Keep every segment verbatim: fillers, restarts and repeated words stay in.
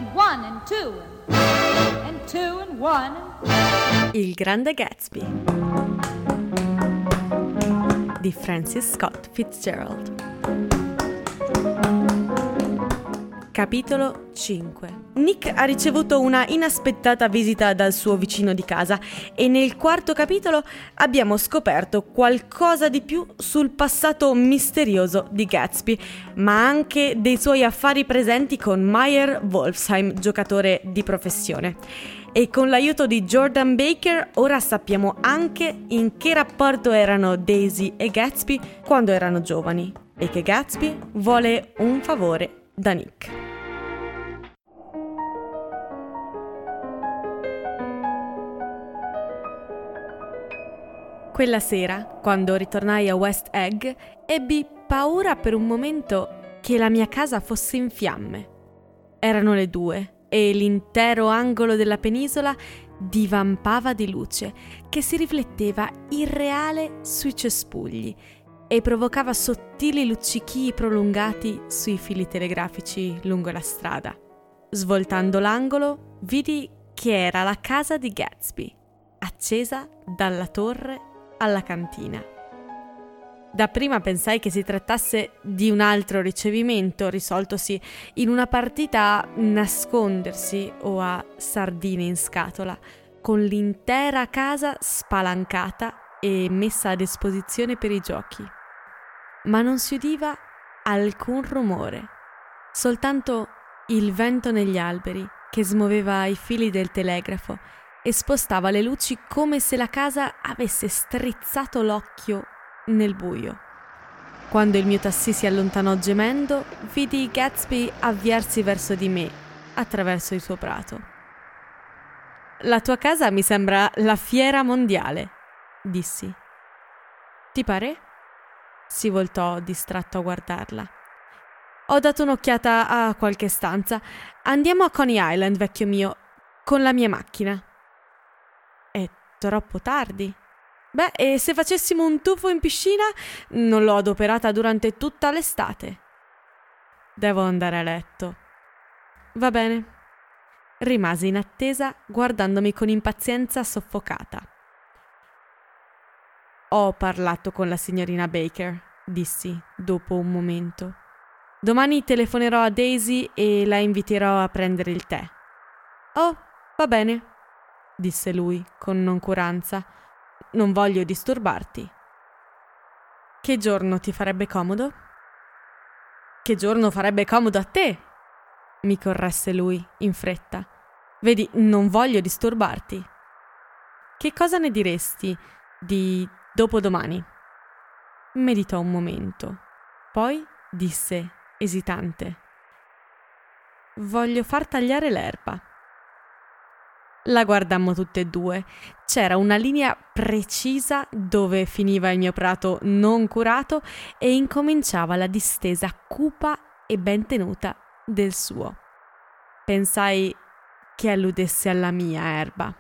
and one and two and, and two and one. And... Il grande Gatsby di Francis Scott Fitzgerald. Capitolo cinque. Nick ha ricevuto una inaspettata visita dal suo vicino di casa e nel quarto capitolo abbiamo scoperto qualcosa di più sul passato misterioso di Gatsby, ma anche dei suoi affari presenti con Meyer Wolfsheim, giocatore di professione. E con l'aiuto di Jordan Baker ora sappiamo anche in che rapporto erano Daisy e Gatsby quando erano giovani e che Gatsby vuole un favore da Nick. Quella sera, quando ritornai a West Egg, ebbi paura per un momento che la mia casa fosse in fiamme. Erano le due e l'intero angolo della penisola divampava di luce che si rifletteva irreale sui cespugli e provocava sottili luccichii prolungati sui fili telegrafici lungo la strada. Svoltando l'angolo, vidi che era la casa di Gatsby, accesa dalla torre alla cantina. Dapprima pensai che si trattasse di un altro ricevimento risoltosi in una partita a nascondersi o a sardine in scatola, con l'intera casa spalancata e messa a disposizione per i giochi. Ma non si udiva alcun rumore, soltanto il vento negli alberi che smuoveva i fili del telegrafo e spostava le luci come se la casa avesse strizzato l'occhio nel buio. Quando il mio tassì si allontanò gemendo, vidi Gatsby avviarsi verso di me attraverso il suo prato. «La tua casa mi sembra la fiera mondiale», dissi. «Ti pare?» Si voltò distratto a guardarla. «Ho dato un'occhiata a qualche stanza. Andiamo a Coney Island, vecchio mio, con la mia macchina». «È troppo tardi». «Beh, e se facessimo un tuffo in piscina? Non l'ho adoperata durante tutta l'estate». «Devo andare a letto». «Va bene». Rimasi in attesa, guardandomi con impazienza soffocata. «Ho parlato con la signorina Baker», dissi dopo un momento. «Domani telefonerò a Daisy e la inviterò a prendere il tè». «Oh, va bene», disse lui con noncuranza. «Non voglio disturbarti». «Che giorno ti farebbe comodo?» «Che giorno farebbe comodo a te?» mi corresse lui in fretta. «Vedi, non voglio disturbarti». «Che cosa ne diresti di dopodomani?» Meditò un momento, poi disse esitante: «Voglio far tagliare l'erba». La guardammo tutte e due. C'era una linea precisa dove finiva il mio prato non curato e incominciava la distesa cupa e ben tenuta del suo. Pensai che alludesse alla mia erba.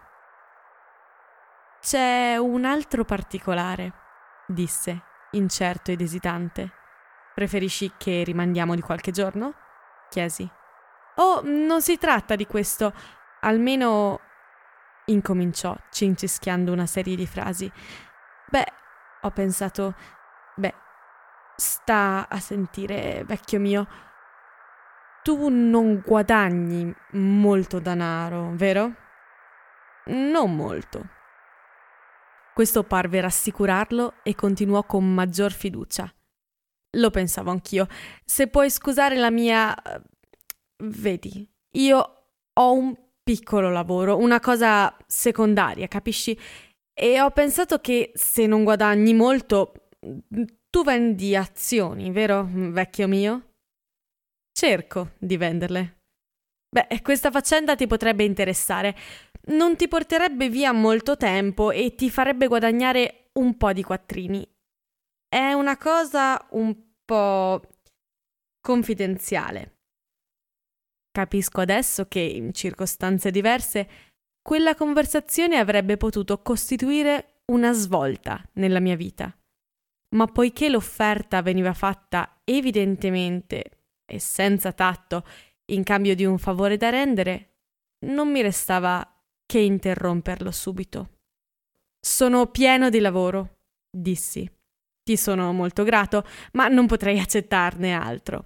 «C'è un altro particolare», disse, incerto ed esitante. «Preferisci che rimandiamo di qualche giorno?» chiesi. «Oh, non si tratta di questo. Almeno...» incominciò, cincischiando una serie di frasi. «Beh», ho pensato, «beh, sta a sentire, vecchio mio, tu non guadagni molto denaro, vero?» «Non molto». Questo parve rassicurarlo e continuò con maggior fiducia. «Lo pensavo anch'io. Se puoi scusare la mia... vedi, io ho un piccolo lavoro, una cosa secondaria, capisci? E ho pensato che se non guadagni molto, tu vendi azioni, vero, vecchio mio?» «Cerco di venderle». «Beh, questa faccenda ti potrebbe interessare. Non ti porterebbe via molto tempo e ti farebbe guadagnare un po' di quattrini. È una cosa un po' confidenziale». Capisco adesso che, in circostanze diverse, quella conversazione avrebbe potuto costituire una svolta nella mia vita. Ma poiché l'offerta veniva fatta evidentemente e senza tatto in cambio di un favore da rendere, non mi restava che interromperlo subito. «Sono pieno di lavoro», dissi. «Ti sono molto grato, ma non potrei accettarne altro».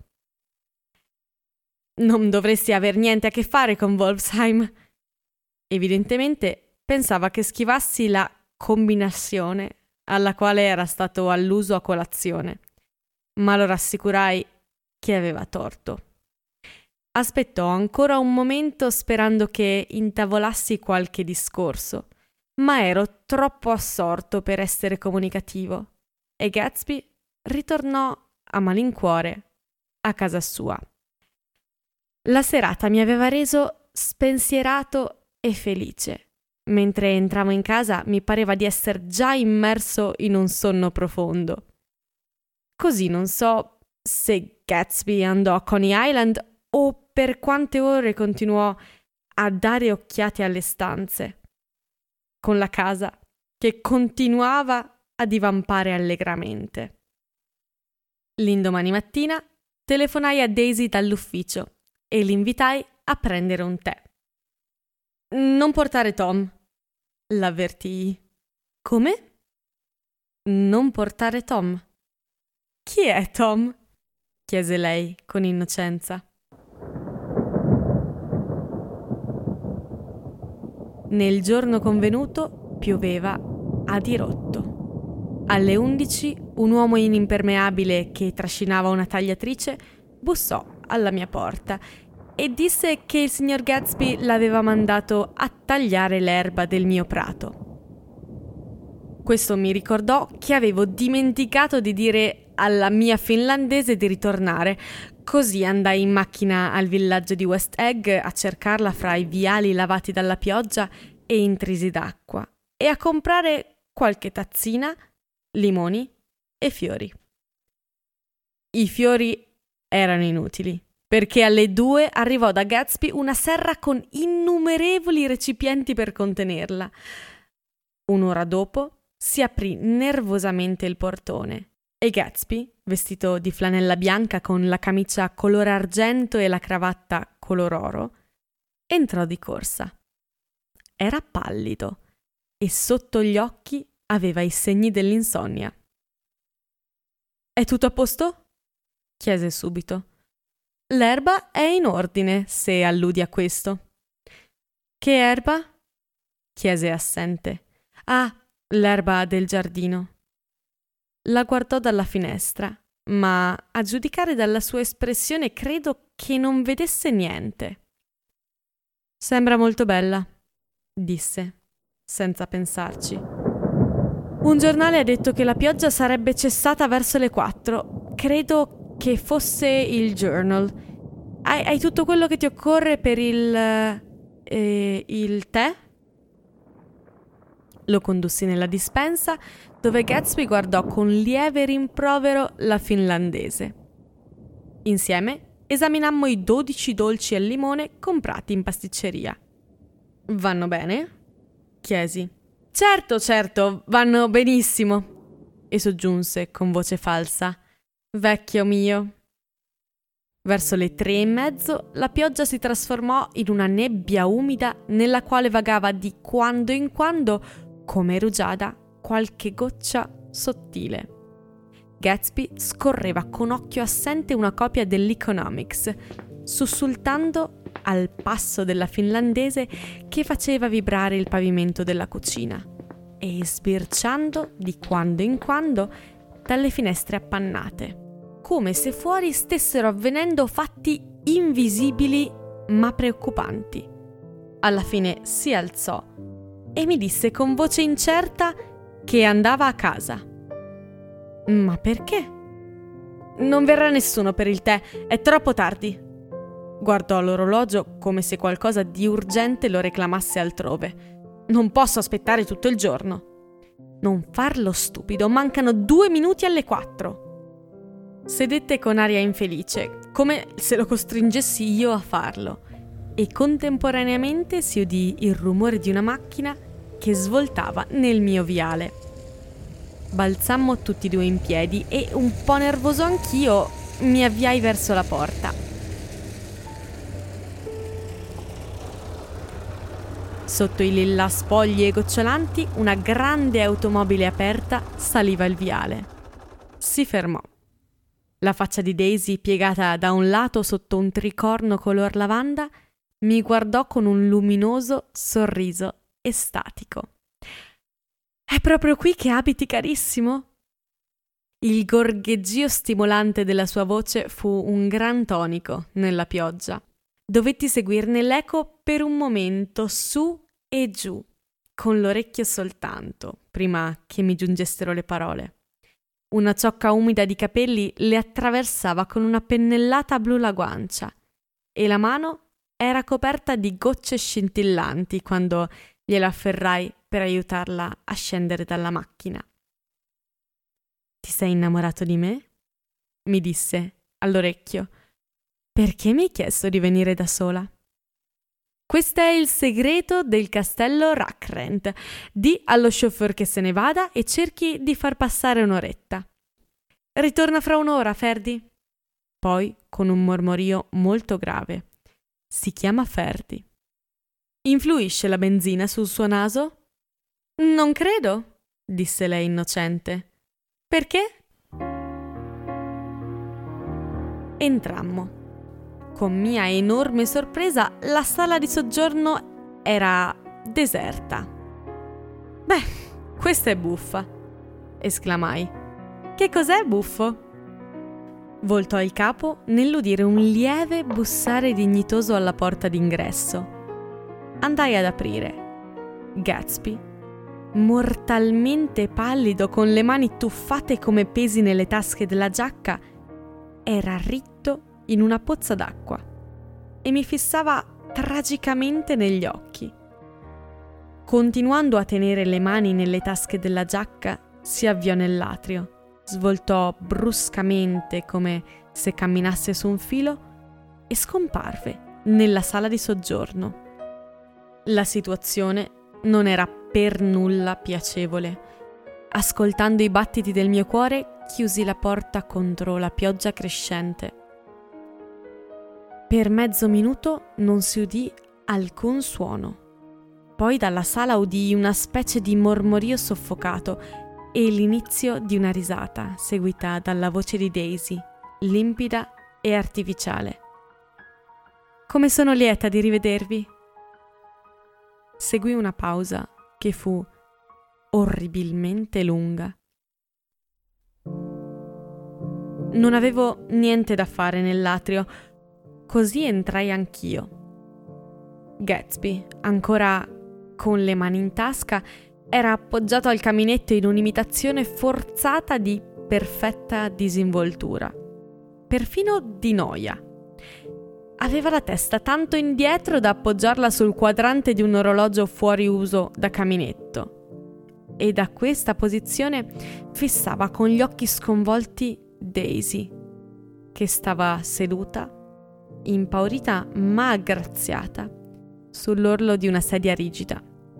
«Non dovresti aver niente a che fare con Wolfsheim». Evidentemente pensava che schivassi la combinazione alla quale era stato alluso a colazione, ma lo rassicurai che aveva torto. Aspettò ancora un momento sperando che intavolassi qualche discorso, ma ero troppo assorto per essere comunicativo e Gatsby ritornò a malincuore a casa sua. La serata mi aveva reso spensierato e felice. Mentre entravo in casa mi pareva di essere già immerso in un sonno profondo. Così non so se Gatsby andò a Coney Island o per quante ore continuò a dare occhiate alle stanze, con la casa che continuava a divampare allegramente. L'indomani mattina telefonai a Daisy dall'ufficio e l'invitai a prendere un tè. «Non portare Tom», l'avvertii. «Come?» «Non portare Tom». «Chi è Tom?» chiese lei con innocenza. Nel giorno convenuto pioveva a dirotto. Alle undici un uomo in impermeabile che trascinava una tagliatrice bussò alla mia porta e disse che il signor Gatsby l'aveva mandato a tagliare l'erba del mio prato. Questo mi ricordò che avevo dimenticato di dire alla mia finlandese di ritornare, così andai in macchina al villaggio di West Egg a cercarla fra i viali lavati dalla pioggia e intrisi d'acqua e a comprare qualche tazzina, limoni e fiori. I fiori erano inutili, perché alle due arrivò da Gatsby una serra con innumerevoli recipienti per contenerla. Un'ora dopo si aprì nervosamente il portone e Gatsby, vestito di flanella bianca con la camicia color argento e la cravatta color oro, entrò di corsa. Era pallido e sotto gli occhi aveva i segni dell'insonnia. «È tutto a posto?» chiese subito. «L'erba è in ordine, se alludi a questo». «Che erba?» chiese assente. «Ah, l'erba del giardino». La guardò dalla finestra, ma a giudicare dalla sua espressione credo che non vedesse niente. «Sembra molto bella», disse, senza pensarci. «Un giornale ha detto che la pioggia sarebbe cessata verso le quattro. Credo che fosse il Journal. Hai, hai tutto quello che ti occorre per il... Eh, il tè?» Lo condussi nella dispensa, dove Gatsby guardò con lieve rimprovero la finlandese. Insieme esaminammo i dodici dolci al limone comprati in pasticceria. «Vanno bene?» chiesi. «Certo, certo, vanno benissimo», e soggiunse con voce falsa. «Vecchio mio». Verso le tre e mezzo la pioggia si trasformò in una nebbia umida nella quale vagava di quando in quando, come rugiada, qualche goccia sottile. Gatsby scorreva con occhio assente una copia dell'Economics, sussultando al passo della finlandese che faceva vibrare il pavimento della cucina e sbirciando di quando in quando dalle finestre appannate, come se fuori stessero avvenendo fatti invisibili ma preoccupanti. Alla fine si alzò e mi disse con voce incerta che andava a casa. «Ma perché?» «Non verrà nessuno per il tè, è troppo tardi». Guardò l'orologio come se qualcosa di urgente lo reclamasse altrove. «Non posso aspettare tutto il giorno». «Non farlo stupido, mancano due minuti alle quattro». Sedette con aria infelice, come se lo costringessi io a farlo, e contemporaneamente si udì il rumore di una macchina che svoltava nel mio viale. Balzammo tutti e due in piedi e, un po' nervoso anch'io, mi avviai verso la porta. Sotto i lilla spogli e gocciolanti, una grande automobile aperta saliva il viale. Si fermò. La faccia di Daisy, piegata da un lato sotto un tricorno color lavanda, mi guardò con un luminoso sorriso estatico. «È proprio qui che abiti, carissimo?» Il gorgheggio stimolante della sua voce fu un gran tonico nella pioggia. Dovetti seguirne l'eco per un momento, su e giù, con l'orecchio soltanto, prima che mi giungessero le parole. Una ciocca umida di capelli le attraversava con una pennellata blu la guancia e la mano era coperta di gocce scintillanti quando gliela afferrai per aiutarla a scendere dalla macchina. «Ti sei innamorato di me?» mi disse all'orecchio. «Perché mi hai chiesto di venire da sola?» «Questo è il segreto del castello Rackrent. Di allo chauffeur che se ne vada e cerchi di far passare un'oretta. Ritorna fra un'ora, Ferdi». Poi, con un mormorio molto grave: «Si chiama Ferdi». «Influisce la benzina sul suo naso?» «Non credo», disse lei innocente. «Perché?» Entrammo. Con mia enorme sorpresa, la sala di soggiorno era deserta. «Beh, questa è buffa», esclamai. «Che cos'è buffo?» Voltò il capo nell'udire un lieve bussare dignitoso alla porta d'ingresso. Andai ad aprire. Gatsby, mortalmente pallido, con le mani tuffate come pesi nelle tasche della giacca, era ritto in una pozza d'acqua e mi fissava tragicamente negli occhi. Continuando a tenere le mani nelle tasche della giacca, si avviò nell'atrio, svoltò bruscamente come se camminasse su un filo e scomparve nella sala di soggiorno. La situazione non era per nulla piacevole. Ascoltando i battiti del mio cuore, chiusi la porta contro la pioggia crescente. Per mezzo minuto non si udì alcun suono. Poi dalla sala udii una specie di mormorio soffocato e l'inizio di una risata, seguita dalla voce di Daisy, limpida e artificiale. «Come sono lieta di rivedervi!» Seguì una pausa che fu orribilmente lunga. Non avevo niente da fare nell'atrio, così entrai anch'io. Gatsby, ancora con le mani in tasca, era appoggiato al caminetto in un'imitazione forzata di perfetta disinvoltura, perfino di noia. Aveva la testa tanto indietro da appoggiarla sul quadrante di un orologio fuori uso da caminetto, e da questa posizione fissava con gli occhi sconvolti Daisy, che stava seduta, impaurita ma aggraziata, sull'orlo di una sedia rigida.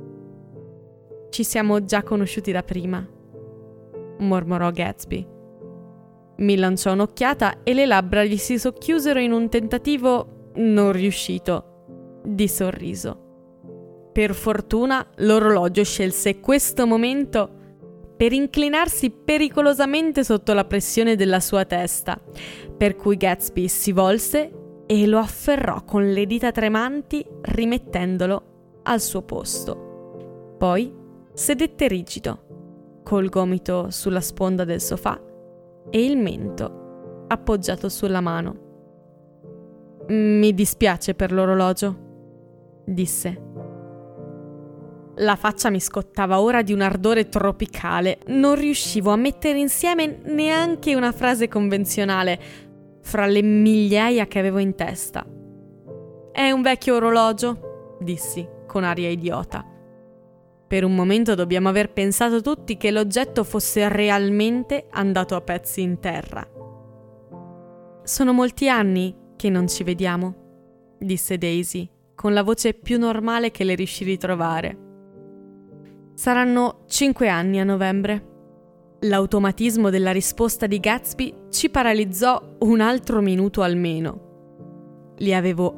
«Ci siamo già conosciuti da prima», mormorò Gatsby. Mi lanciò un'occhiata e le labbra gli si socchiusero in un tentativo non riuscito di sorriso. Per fortuna l'orologio scelse questo momento per inclinarsi pericolosamente sotto la pressione della sua testa, per cui Gatsby si volse e lo afferrò con le dita tremanti, rimettendolo al suo posto. Poi sedette rigido, col gomito sulla sponda del sofà e il mento appoggiato sulla mano. «Mi dispiace per l'orologio», disse. La faccia mi scottava ora di un ardore tropicale. Non riuscivo a mettere insieme neanche una frase convenzionale fra le migliaia che avevo in testa. «È un vecchio orologio», dissi con aria idiota. Per un momento dobbiamo aver pensato tutti che l'oggetto fosse realmente andato a pezzi in terra. «Sono molti anni che non ci vediamo», disse Daisy, con la voce più normale che le riuscì di trovare. «Saranno cinque anni a novembre». L'automatismo della risposta di Gatsby ci paralizzò un altro minuto almeno. Li avevo appena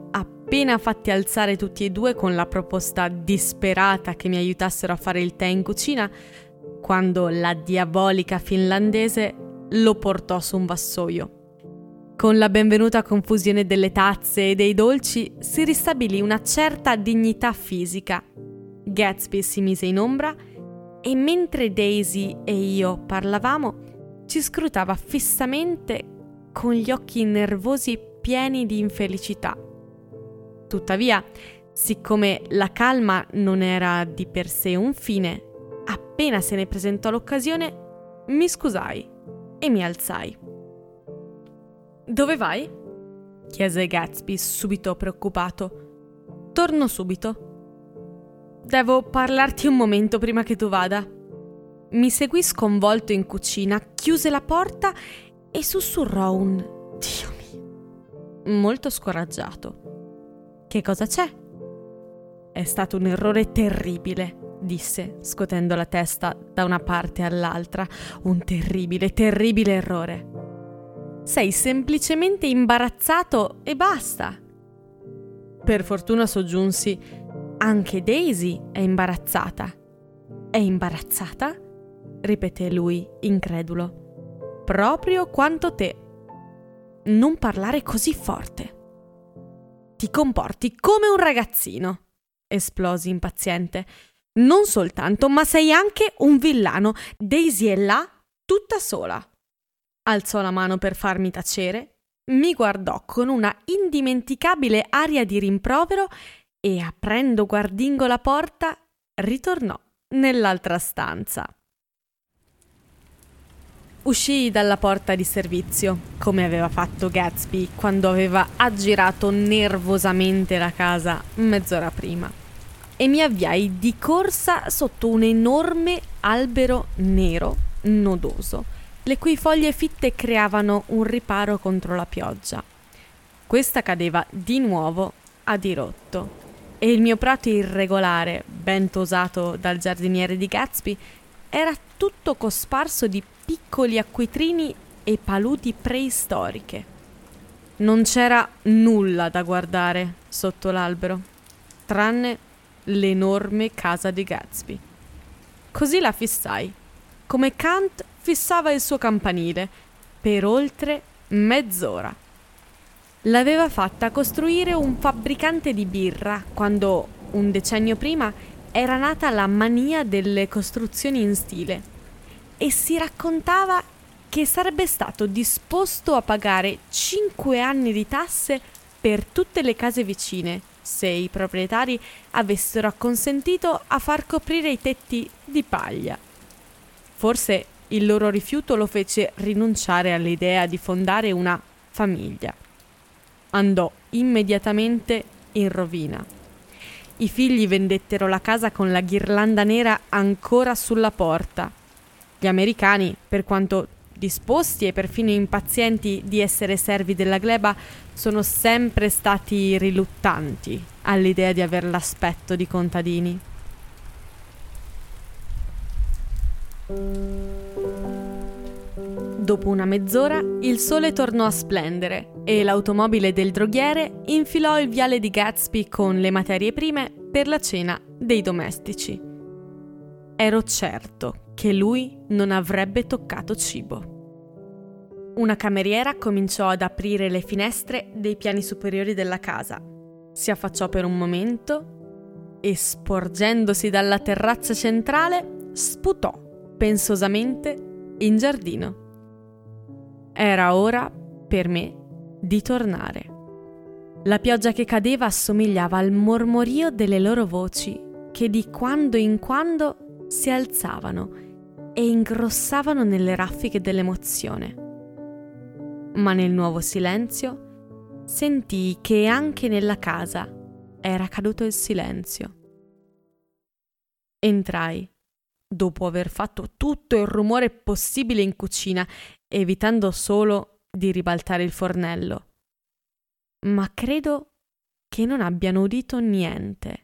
appena fatti alzare tutti e due con la proposta disperata che mi aiutassero a fare il tè in cucina, quando la diabolica finlandese lo portò su un vassoio. Con la benvenuta confusione delle tazze e dei dolci si ristabilì una certa dignità fisica. Gatsby si mise in ombra e mentre Daisy e io parlavamo ci scrutava fissamente con gli occhi nervosi pieni di infelicità. Tuttavia, siccome la calma non era di per sé un fine, appena se ne presentò l'occasione, mi scusai e mi alzai. «Dove vai?» chiese Gatsby subito preoccupato. «Torno subito. Devo parlarti un momento prima che tu vada». Mi seguì sconvolto in cucina, chiuse la porta e sussurrò un «Dio mio», molto scoraggiato. «Che cosa c'è?» «È stato un errore terribile», disse, scotendo la testa da una parte all'altra. «Un terribile, terribile errore. Sei semplicemente imbarazzato e basta». Per fortuna soggiunsi: «Anche Daisy è imbarazzata». «È imbarazzata?» ripeté lui, incredulo. «Proprio quanto te». «Non parlare così forte». «Ti comporti come un ragazzino», esplosi impaziente. «Non soltanto, ma sei anche un villano. Daisy è là, tutta sola». Alzò la mano per farmi tacere, mi guardò con una indimenticabile aria di rimprovero e, aprendo guardingo la porta, ritornò nell'altra stanza. Uscii dalla porta di servizio, come aveva fatto Gatsby quando aveva aggirato nervosamente la casa mezz'ora prima, e mi avviai di corsa sotto un enorme albero nero, nodoso, le cui foglie fitte creavano un riparo contro la pioggia. Questa cadeva di nuovo a dirotto e il mio prato irregolare, ben tosato dal giardiniere di Gatsby, era tutto cosparso di piccoli acquitrini e paludi preistoriche. Non c'era nulla da guardare sotto l'albero, tranne l'enorme casa di Gatsby. Così la fissai, come Kant fissava il suo campanile, per oltre mezz'ora. L'aveva fatta costruire un fabbricante di birra quando, un decennio prima, era nata la mania delle costruzioni in stile, e si raccontava che sarebbe stato disposto a pagare cinque anni di tasse per tutte le case vicine se i proprietari avessero acconsentito a far coprire i tetti di paglia. Forse il loro rifiuto lo fece rinunciare all'idea di fondare una famiglia. Andò immediatamente in rovina. I figli vendettero la casa con la ghirlanda nera ancora sulla porta. Gli americani, per quanto disposti e perfino impazienti di essere servi della gleba, sono sempre stati riluttanti all'idea di aver l'aspetto di contadini. Dopo una mezz'ora il sole tornò a splendere e l'automobile del droghiere infilò il viale di Gatsby con le materie prime per la cena dei domestici. Ero certo che lui non avrebbe toccato cibo. Una cameriera cominciò ad aprire le finestre dei piani superiori della casa. Si affacciò per un momento e, sporgendosi dalla terrazza centrale, sputò pensosamente in giardino. Era ora per me di tornare. La pioggia che cadeva assomigliava al mormorio delle loro voci che di quando in quando si alzavano e ingrossavano nelle raffiche dell'emozione. Ma nel nuovo silenzio sentii che anche nella casa era caduto il silenzio. Entrai, dopo aver fatto tutto il rumore possibile in cucina, evitando solo di ribaltare il fornello. Ma credo che non abbiano udito niente.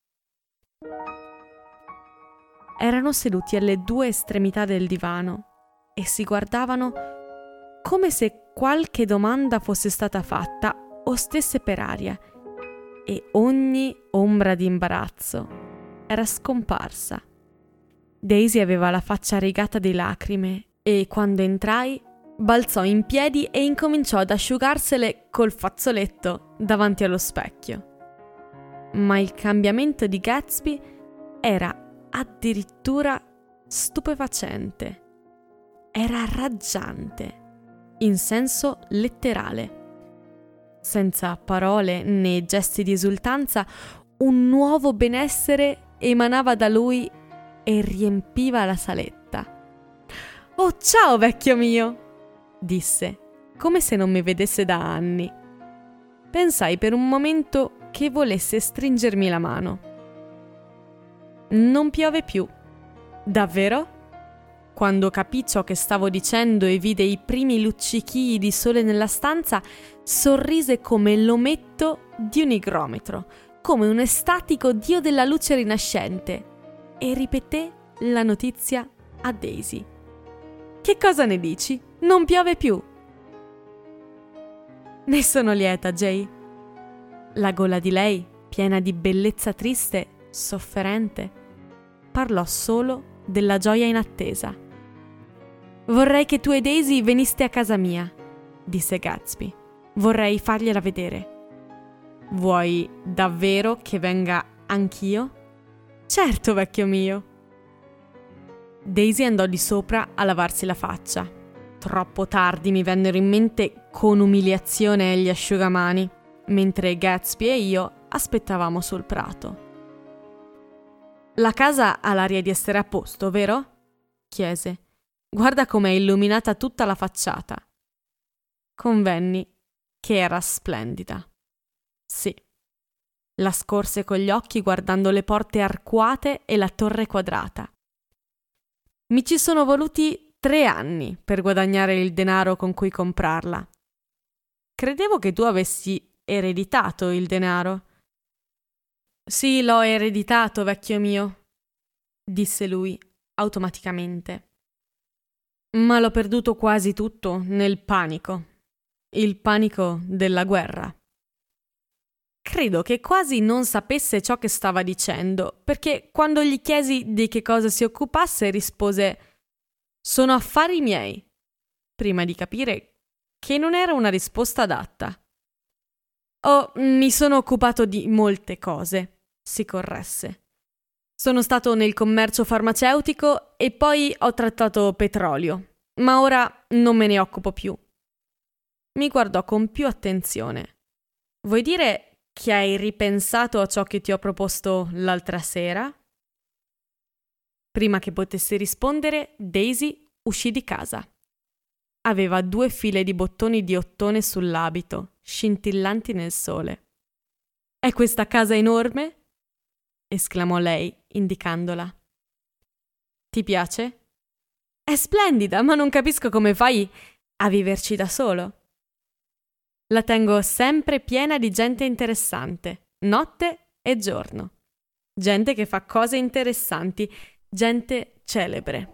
Erano seduti alle due estremità del divano e si guardavano come se qualche domanda fosse stata fatta o stesse per aria, e ogni ombra di imbarazzo era scomparsa. Daisy aveva la faccia rigata di lacrime e quando entrai balzò in piedi e incominciò ad asciugarsele col fazzoletto davanti allo specchio. Ma il cambiamento di Gatsby era addirittura stupefacente. Era raggiante, in senso letterale. Senza parole né gesti di esultanza, un nuovo benessere emanava da lui e riempiva la saletta. «Oh, ciao, vecchio mio!» disse, come se non mi vedesse da anni. Pensai per un momento che volesse stringermi la mano. Non piove più. Davvero? Quando capì ciò che stavo dicendo e vide i primi luccichii di sole nella stanza, sorrise come l'ometto di un igrometro, come un estatico dio della luce rinascente, e ripeté la notizia a Daisy. «Che cosa ne dici? Non piove più!» «Ne sono lieta, Jay». La gola di lei, piena di bellezza triste, sofferente, parlò solo della gioia in attesa. «Vorrei che tu e Daisy veniste a casa mia», disse Gatsby. «Vorrei fargliela vedere». «Vuoi davvero che venga anch'io?» «Certo, vecchio mio». Daisy andò di sopra a lavarsi la faccia. Troppo tardi mi vennero in mente con umiliazione gli asciugamani, mentre Gatsby e io aspettavamo sul prato. «La casa ha l'aria di essere a posto, vero?» chiese. «Guarda com'è illuminata tutta la facciata». Convenni che era splendida. Sì. La scorse con gli occhi guardando le porte arcuate e la torre quadrata. Mi ci sono voluti tre anni per guadagnare il denaro con cui comprarla. Credevo che tu avessi ereditato il denaro. «Sì, l'ho ereditato, vecchio mio», disse lui automaticamente. «Ma l'ho perduto quasi tutto nel panico. Il panico della guerra». Credo che quasi non sapesse ciò che stava dicendo, perché quando gli chiesi di che cosa si occupasse rispose «Sono affari miei», prima di capire che non era una risposta adatta. «Oh, mi sono occupato di molte cose», si corresse. «Sono stato nel commercio farmaceutico e poi ho trattato petrolio, ma ora non me ne occupo più». Mi guardò con più attenzione. «Vuoi dire che hai ripensato a ciò che ti ho proposto l'altra sera?» Prima che potesse rispondere, Daisy uscì di casa. Aveva due file di bottoni di ottone sull'abito, scintillanti nel sole. «È questa casa enorme?» esclamò lei, indicandola. «Ti piace?» «È splendida, ma non capisco come fai a viverci da solo». «La tengo sempre piena di gente interessante, notte e giorno. Gente che fa cose interessanti, gente celebre».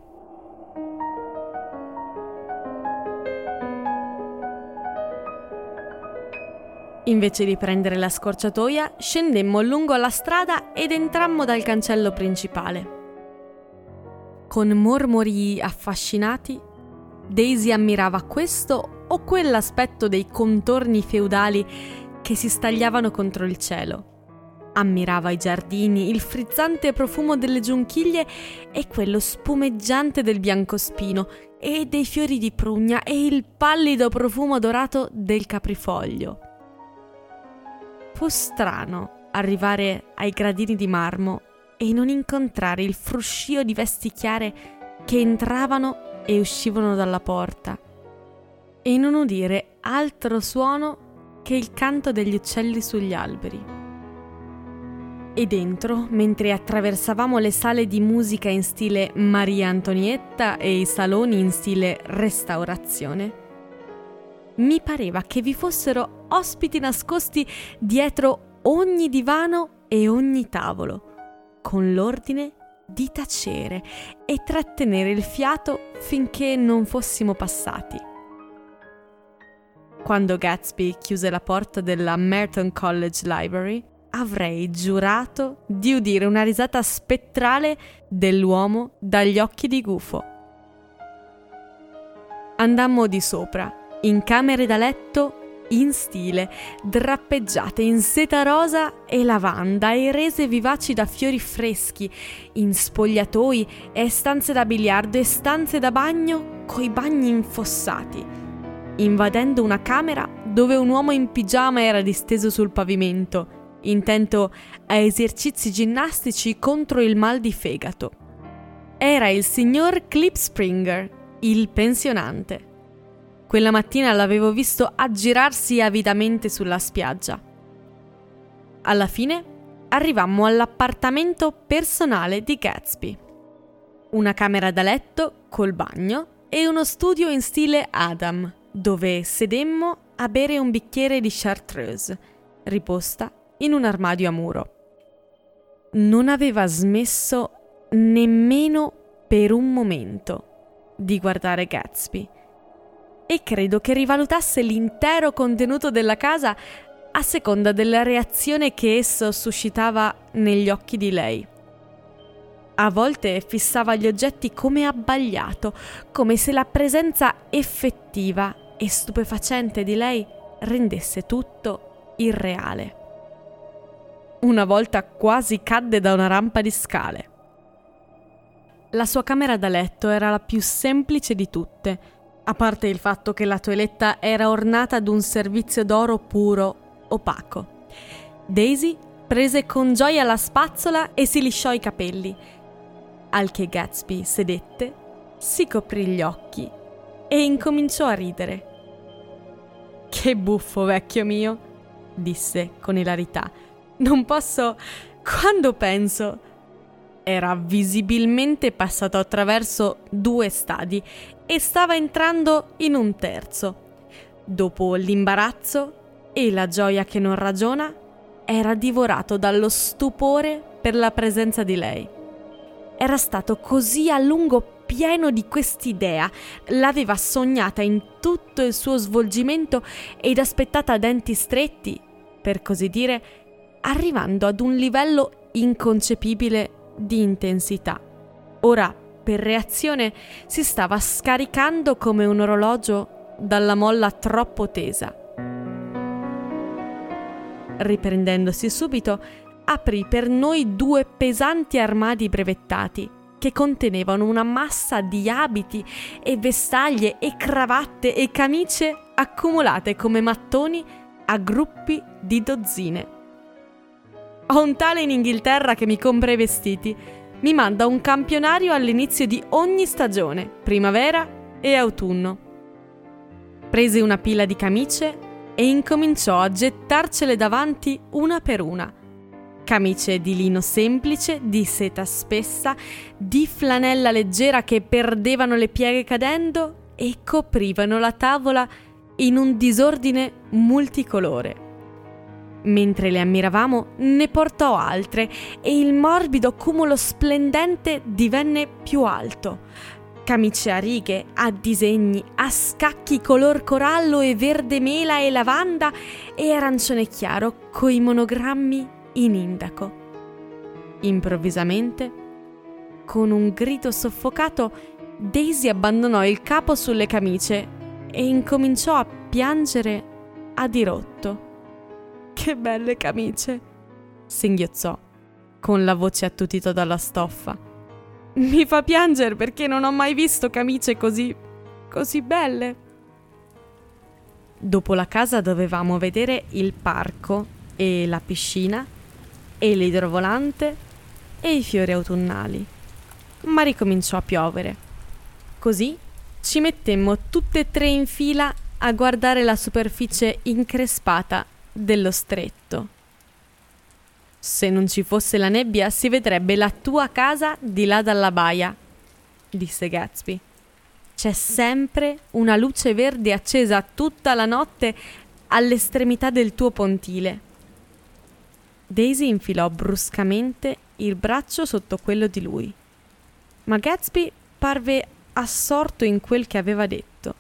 Invece di prendere la scorciatoia, scendemmo lungo la strada ed entrammo dal cancello principale. Con mormorii affascinati, Daisy ammirava questo o quell'aspetto dei contorni feudali che si stagliavano contro il cielo. Ammirava i giardini, il frizzante profumo delle giunchiglie e quello spumeggiante del biancospino e dei fiori di prugna e il pallido profumo dorato del caprifoglio. Fu strano arrivare ai gradini di marmo e non incontrare il fruscio di vesti chiare che entravano e uscivano dalla porta, e non udire altro suono che il canto degli uccelli sugli alberi. E dentro, mentre attraversavamo le sale di musica in stile Maria Antonietta e i saloni in stile Restaurazione, mi pareva che vi fossero ospiti nascosti dietro ogni divano e ogni tavolo, con l'ordine di tacere e trattenere il fiato finché non fossimo passati. Quando Gatsby chiuse la porta della Merton College Library, avrei giurato di udire una risata spettrale dell'uomo dagli occhi di gufo. Andammo di sopra, in camere da letto in stile, drappeggiate in seta rosa e lavanda e rese vivaci da fiori freschi, in spogliatoi e stanze da biliardo e stanze da bagno coi bagni infossati, invadendo una camera dove un uomo in pigiama era disteso sul pavimento, intento a esercizi ginnastici contro il mal di fegato. Era il signor Klipspringer, il pensionante. Quella mattina l'avevo visto aggirarsi avidamente sulla spiaggia. Alla fine arrivammo all'appartamento personale di Gatsby. Una camera da letto col bagno e uno studio in stile Adam, dove sedemmo a bere un bicchiere di chartreuse, riposta in un armadio a muro. Non aveva smesso nemmeno per un momento di guardare Gatsby, e credo che rivalutasse l'intero contenuto della casa a seconda della reazione che esso suscitava negli occhi di lei. A volte fissava gli oggetti come abbagliato, come se la presenza effettiva e stupefacente di lei rendesse tutto irreale. Una volta quasi cadde da una rampa di scale. La sua camera da letto era la più semplice di tutte, a parte il fatto che la toeletta era ornata d'un servizio d'oro puro, opaco. Daisy prese con gioia la spazzola e si lisciò i capelli, al che Gatsby sedette, si coprì gli occhi e incominciò a ridere. «Che buffo, vecchio mio!» disse con ilarità. «Non posso... quando penso...» Era visibilmente passato attraverso due stadi e stava entrando in un terzo. Dopo l'imbarazzo e la gioia che non ragiona, era divorato dallo stupore per la presenza di lei. Era stato così a lungo pieno di quest'idea, l'aveva sognata in tutto il suo svolgimento ed aspettata a denti stretti, per così dire, arrivando ad un livello inconcepibile di intensità. Ora, per reazione, si stava scaricando come un orologio dalla molla troppo tesa. Riprendendosi subito, aprì per noi due pesanti armadi brevettati che contenevano una massa di abiti e vestaglie e cravatte e camicie accumulate come mattoni a gruppi di dozzine. Ho un tale in Inghilterra che mi compra i vestiti. Mi manda un campionario all'inizio di ogni stagione, primavera e autunno. Prese una pila di camicie e incominciò a gettarcele davanti una per una. Camicie di lino semplice, di seta spessa, di flanella leggera che perdevano le pieghe cadendo e coprivano la tavola in un disordine multicolore. Mentre le ammiravamo, ne portò altre e il morbido cumulo splendente divenne più alto. Camicie a righe, a disegni, a scacchi color corallo e verde mela e lavanda e arancione chiaro coi monogrammi in indaco. Improvvisamente, con un grido soffocato, Daisy abbandonò il capo sulle camicie e incominciò a piangere a dirotto. «Che belle camicie!» singhiozzò, con la voce attutita dalla stoffa. «Mi fa piangere perché non ho mai visto camicie così... così belle!» Dopo la casa dovevamo vedere il parco e la piscina e l'idrovolante e i fiori autunnali. Ma ricominciò a piovere. Così ci mettemmo tutte e tre in fila a guardare la superficie increspata dello stretto. «Se non ci fosse la nebbia si vedrebbe la tua casa di là dalla baia», disse Gatsby. «C'è sempre una luce verde accesa tutta la notte all'estremità del tuo pontile». Daisy infilò bruscamente il braccio sotto quello di lui, ma Gatsby parve assorto in quel che aveva detto.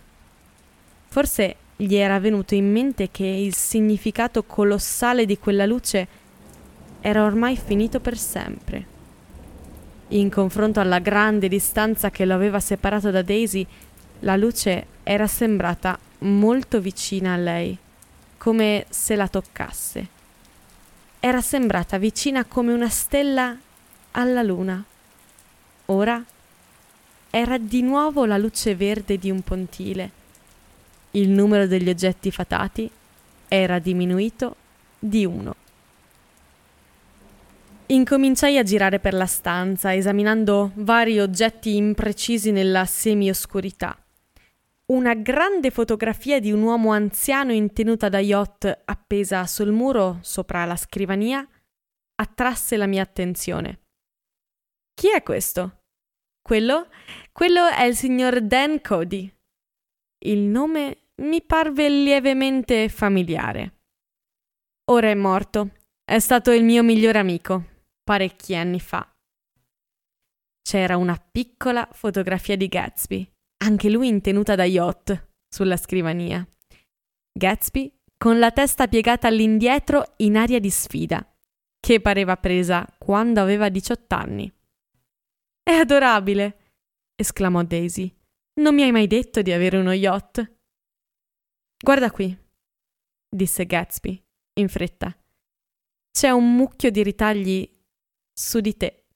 Forse gli era venuto in mente che il significato colossale di quella luce era ormai finito per sempre. In confronto alla grande distanza che lo aveva separato da Daisy, la luce era sembrata molto vicina a lei, come se la toccasse. Era sembrata vicina come una stella alla luna. Ora era di nuovo la luce verde di un pontile. Il numero degli oggetti fatati era diminuito di uno. Incominciai a girare per la stanza, esaminando vari oggetti imprecisi nella semioscurità. Una grande fotografia di un uomo anziano in tenuta da yacht appesa sul muro sopra la scrivania attrasse la mia attenzione. Chi è questo? Quello? Quello è il signor Dan Cody. Il nome mi parve lievemente familiare. Ora è morto. È stato il mio migliore amico, parecchi anni fa. C'era una piccola fotografia di Gatsby, anche lui in tenuta da yacht, sulla scrivania. Gatsby con la testa piegata all'indietro in aria di sfida, che pareva presa quando aveva diciotto anni. È adorabile, esclamò Daisy. Non mi hai mai detto di avere uno yacht? Guarda qui, disse Gatsby, in fretta. C'è un mucchio di ritagli su di te.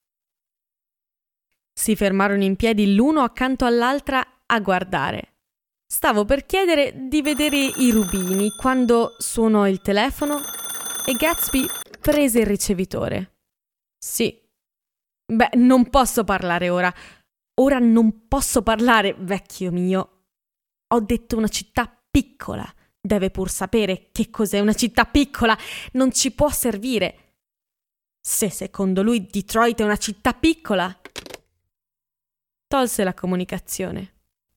Si fermarono in piedi l'uno accanto all'altra a guardare. Stavo per chiedere di vedere i rubini quando suonò il telefono e Gatsby prese il ricevitore. Sì. Beh, non posso parlare ora. Ora non posso parlare, vecchio mio. Ho detto una città piccola. Deve pur sapere che cos'è una città piccola. Non ci può servire. Se secondo lui Detroit è una città piccola. Tolse la comunicazione.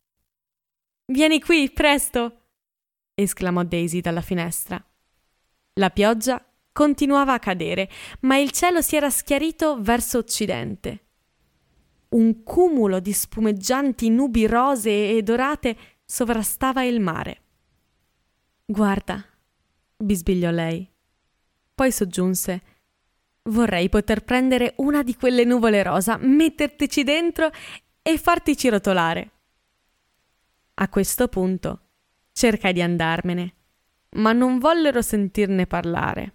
Vieni qui, presto! Esclamò Daisy dalla finestra. La pioggia continuava a cadere, ma il cielo si era schiarito verso occidente. Un cumulo di spumeggianti nubi rosee e dorate sovrastava il mare. Guarda, bisbigliò lei. Poi soggiunse: vorrei poter prendere una di quelle nuvole rosa, mettertici dentro e fartici rotolare. A questo punto cercai di andarmene, ma non vollero sentirne parlare.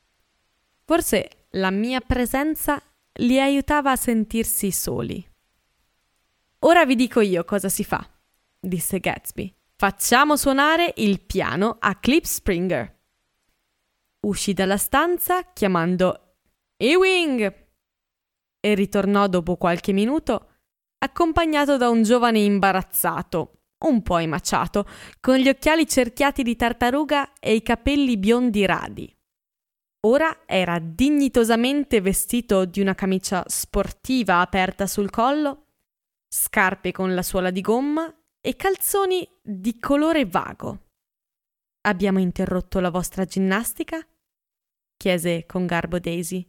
Forse la mia presenza li aiutava a sentirsi soli. Ora vi dico io cosa si fa, disse Gatsby. Facciamo suonare il piano a Klipspringer. Uscì dalla stanza chiamando Ewing e ritornò dopo qualche minuto accompagnato da un giovane imbarazzato, un po' emaciato, con gli occhiali cerchiati di tartaruga e i capelli biondi radi. Ora era dignitosamente vestito di una camicia sportiva aperta sul collo, scarpe con la suola di gomma e calzoni di colore vago. Abbiamo interrotto la vostra ginnastica? Chiese con garbo Daisy.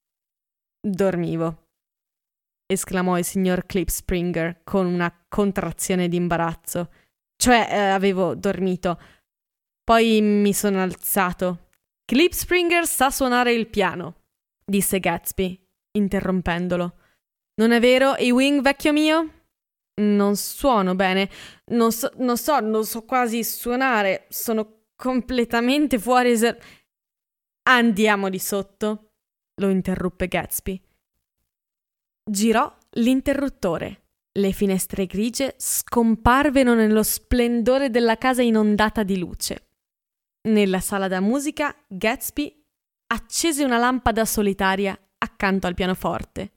Dormivo, esclamò il signor Klipspringer con una contrazione di imbarazzo. Cioè, eh, avevo dormito. Poi mi sono alzato. Klipspringer sa suonare il piano, disse Gatsby, interrompendolo. Non è vero, Ewing, vecchio mio? Non suono bene. Non so, non so, non so quasi suonare. Sono completamente fuori eser... Andiamo di sotto, lo interruppe Gatsby. Girò l'interruttore. Le finestre grigie scomparvero nello splendore della casa inondata di luce. Nella sala da musica, Gatsby accese una lampada solitaria accanto al pianoforte.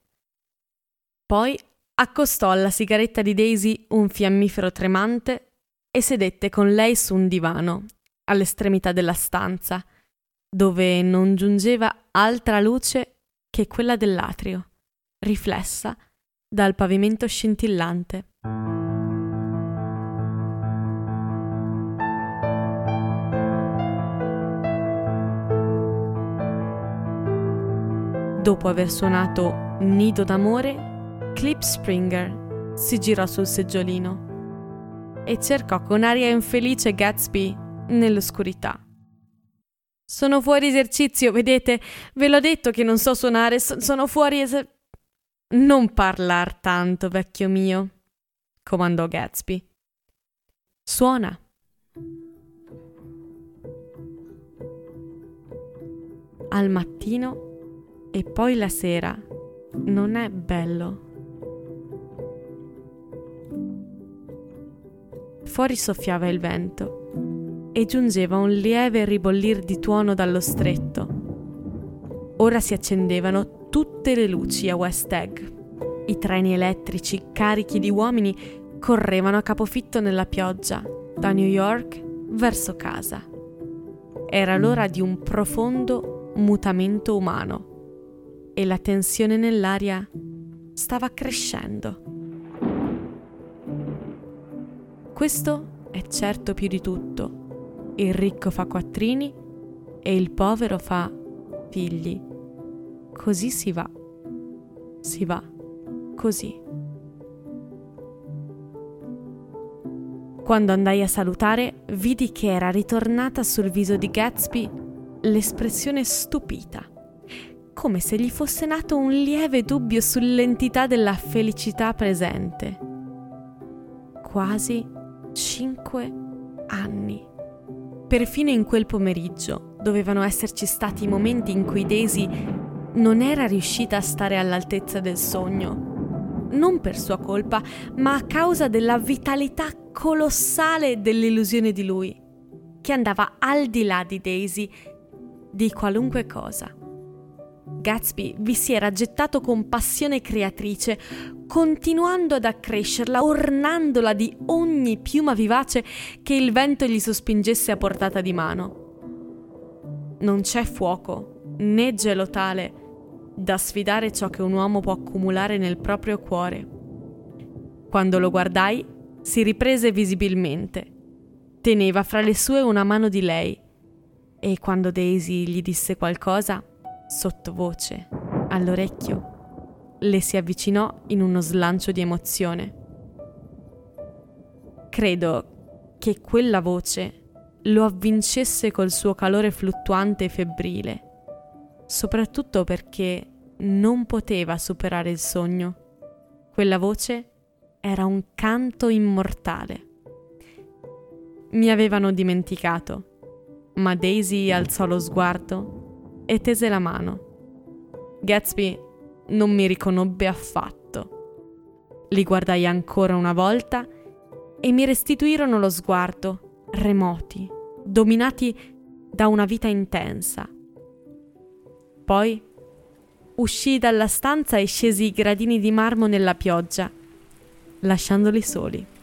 Poi accostò alla sigaretta di Daisy un fiammifero tremante e sedette con lei su un divano, all'estremità della stanza, dove non giungeva altra luce che quella dell'atrio, riflessa dal pavimento scintillante. Dopo aver suonato Nido d'amore, Klipspringer si girò sul seggiolino e cercò con aria infelice Gatsby nell'oscurità. Sono fuori esercizio, vedete? Ve l'ho detto che non so suonare, so- sono fuori eser... Non parlar tanto, vecchio mio, comandò Gatsby. Suona. Al mattino e poi la sera. Non è bello. Fuori soffiava il vento e giungeva un lieve ribollir di tuono dallo stretto. Ora si accendevano tutte le luci a West Egg. I treni elettrici carichi di uomini correvano a capofitto nella pioggia, da New York verso casa. Era l'ora di un profondo mutamento umano e la tensione nell'aria stava crescendo. Questo è certo più di tutto. Il ricco fa quattrini e il povero fa figli. Così si va. Si va così. Quando andai a salutare, vidi che era ritornata sul viso di Gatsby l'espressione stupita, come se gli fosse nato un lieve dubbio sull'entità della felicità presente. Quasi cinque anni. Perfino in quel pomeriggio dovevano esserci stati momenti in cui Daisy non era riuscita a stare all'altezza del sogno. Non per sua colpa, ma a causa della vitalità colossale dell'illusione di lui, che andava al di là di Daisy, di qualunque cosa. Gatsby vi si era gettato con passione creatrice, continuando ad accrescerla, ornandola di ogni piuma vivace che il vento gli sospingesse a portata di mano. Non c'è fuoco, né gelo tale da sfidare ciò che un uomo può accumulare nel proprio cuore. Quando lo guardai, si riprese visibilmente. Teneva fra le sue una mano di lei e quando Daisy gli disse qualcosa, sottovoce, all'orecchio, le si avvicinò in uno slancio di emozione. Credo che quella voce lo avvincesse col suo calore fluttuante e febbrile, soprattutto perché non poteva superare il sogno. Quella voce era un canto immortale. Mi avevano dimenticato, ma Daisy alzò lo sguardo e tese la mano. Gatsby non mi riconobbe affatto. Li guardai ancora una volta e mi restituirono lo sguardo, remoti, dominati da una vita intensa. Poi uscii dalla stanza e scesi i gradini di marmo nella pioggia, lasciandoli soli.